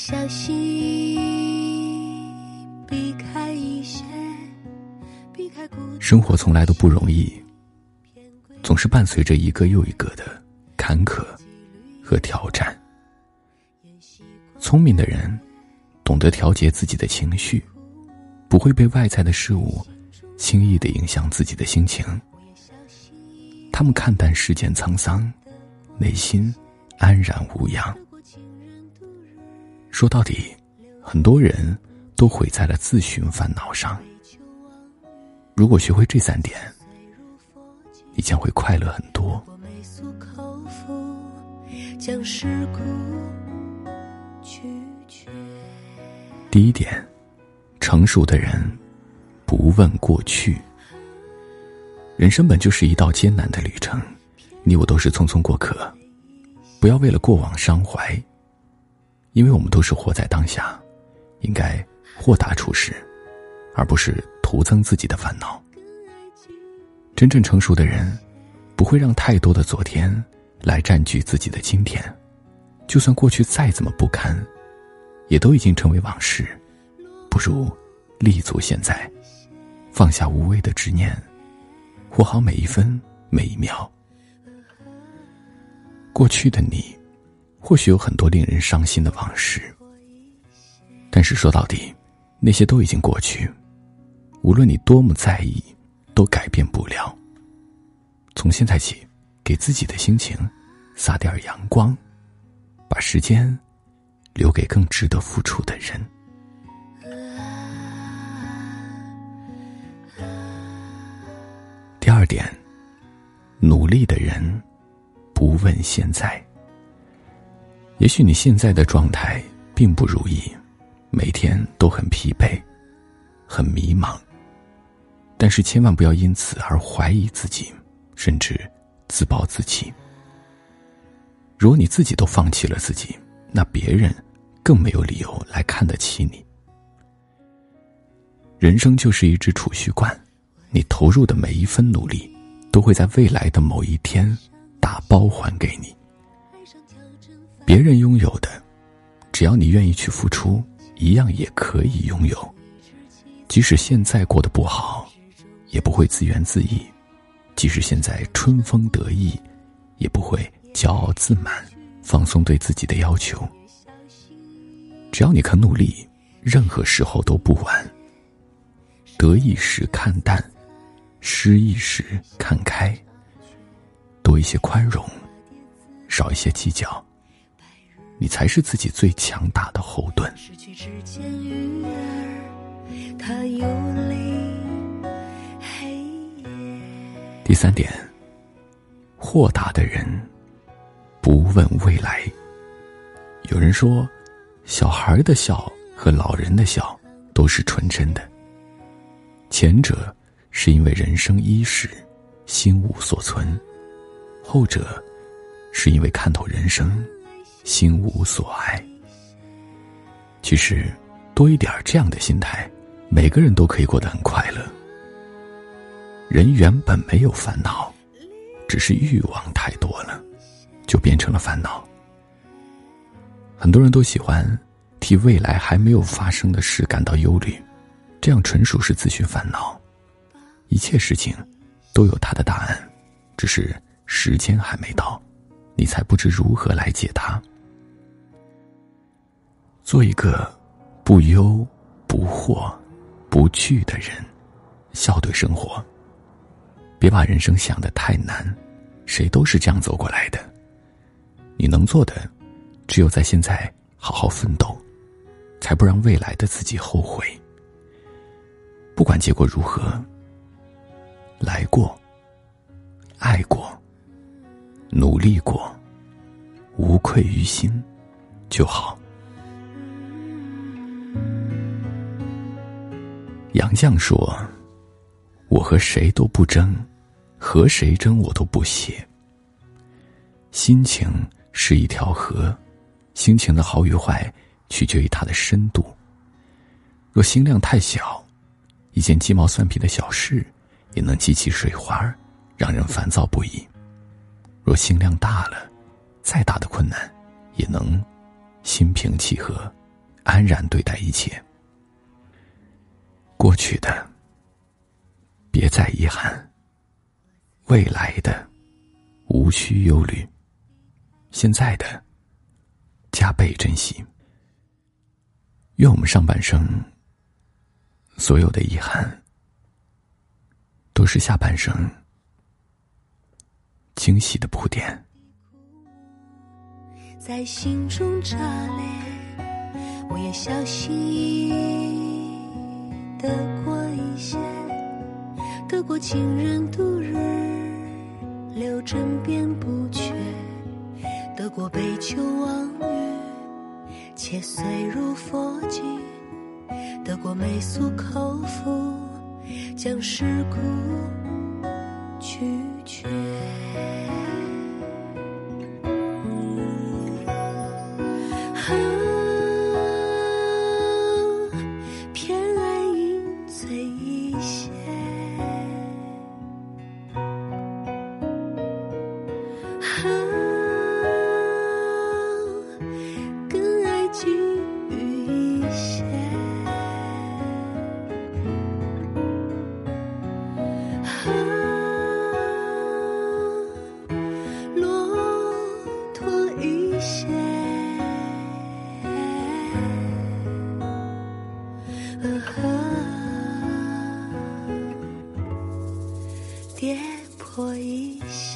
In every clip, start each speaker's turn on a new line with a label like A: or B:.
A: 小心避开一些，避开孤独。
B: 生活从来都不容易，总是伴随着一个又一个的坎坷和挑战。聪明的人懂得调节自己的情绪，不会被外在的事物轻易地影响自己的心情。他们看淡世间沧桑，内心安然无恙。说到底，很多人都毁在了自寻烦恼上。如果学会这3点，你将会快乐很多。第一点，成熟的人不问过去。人生本就是一道艰难的旅程，你我都是匆匆过客。不要为了过往伤怀，因为我们都是活在当下，应该豁达处事，而不是徒增自己的烦恼。真正成熟的人不会让太多的昨天来占据自己的今天，就算过去再怎么不堪，也都已经成为往事，不如立足现在，放下无谓的执念，活好每一分每一秒。过去的你或许有很多令人伤心的往事，但是说到底，那些都已经过去，无论你多么在意，都改变不了。从现在起，给自己的心情撒点阳光，把时间留给更值得付出的人。第二点，努力的人不问现在。也许你现在的状态并不如意，每天都很疲惫，很迷茫，但是千万不要因此而怀疑自己，甚至自暴自弃。如果你自己都放弃了自己，那别人更没有理由来看得起你。人生就是一只储蓄罐，你投入的每一分努力都会在未来的某一天打包还给你。别人拥有的，只要你愿意去付出，一样也可以拥有。即使现在过得不好，也不会自怨自艾；即使现在春风得意，也不会骄傲自满，放松对自己的要求。只要你肯努力，任何时候都不晚。得意时看淡，失意时看开，多一些宽容，少一些计较，你才是自己最强大的后盾。第3点，豁达的人不问未来。有人说，小孩的笑和老人的笑都是纯真的，前者是因为人生伊始，心无所存，后者是因为看透人生，心无所爱。其实多一点这样的心态，每个人都可以过得很快乐。人原本没有烦恼，只是欲望太多了，就变成了烦恼。很多人都喜欢替未来还没有发生的事感到忧虑，这样纯属是自寻烦恼。一切事情都有它的答案，只是时间还没到，你才不知如何来解它。做一个不忧不惑不惧的人，笑对生活。别把人生想得太难，谁都是这样走过来的。你能做的，只有在现在好好奋斗，才不让未来的自己后悔。不管结果如何，来过，爱过，努力过，无愧于心就好。杨绛说，我和谁都不争，和谁争我都不屑。心情是一条河，心情的好与坏取决于它的深度。若心量太小，一件鸡毛蒜皮的小事也能激起水花，让人烦躁不已。若心量大了，再大的困难也能心平气和安然对待一切。过去的别再遗憾，未来的无需忧虑，现在的加倍珍惜。愿我们上半生所有的遗憾都是下半生惊喜的铺垫。
A: 在心中炸裂，我也小心翼翼得过一些，得过情人度日，留枕边不缺，得过杯酒忘语，且碎入佛经，得过媚俗口腹，将世故拒绝。偏爱饮醉一些，更爱给予一些，骆驼一些，跌破一些。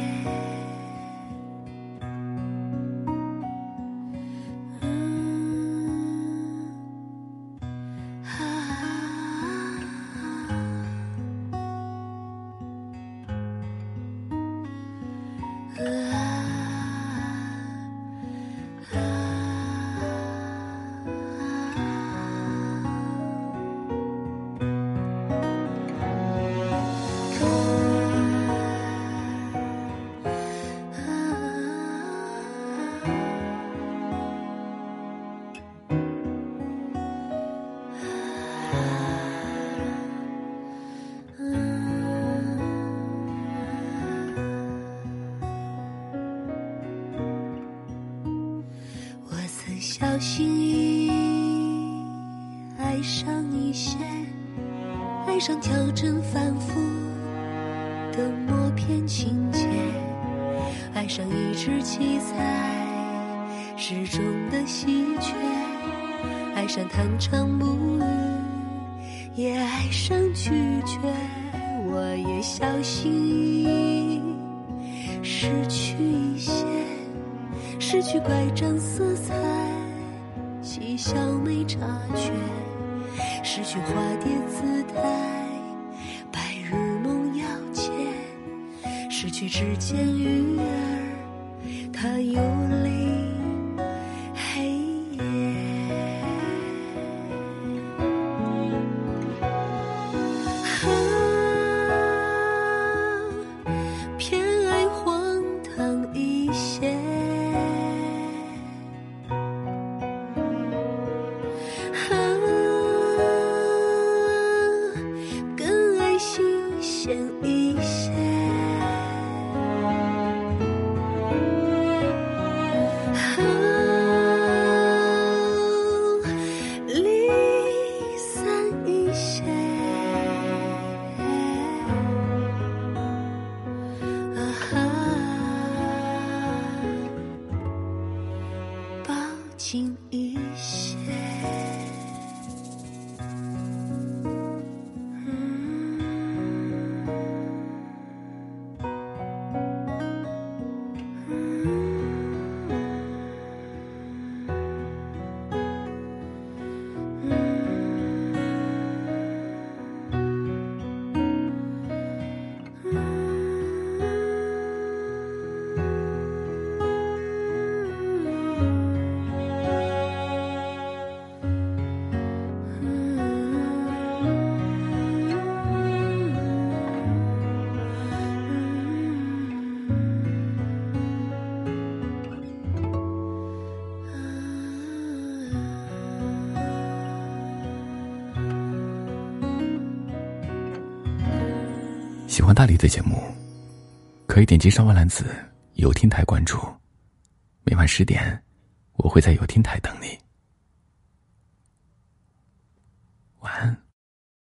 A: 小心翼翼爱上一些，爱上调整反复的默片情节，爱上一只七彩时钟的喜鹊，爱上弹唱母语，也爱上拒绝。我也小心翼翼失去一些，失去乖张色彩，嬉笑没察觉，失去花蝶姿态，白日梦要切，失去指尖鱼儿，它游离黑夜。偏爱荒唐一些，更爱新鲜一些，离散一些，抱紧一些。
B: 喜欢大力的节目，可以点击上方蓝字有听台关注，每晚10点，我会在有听台等你。 晚安。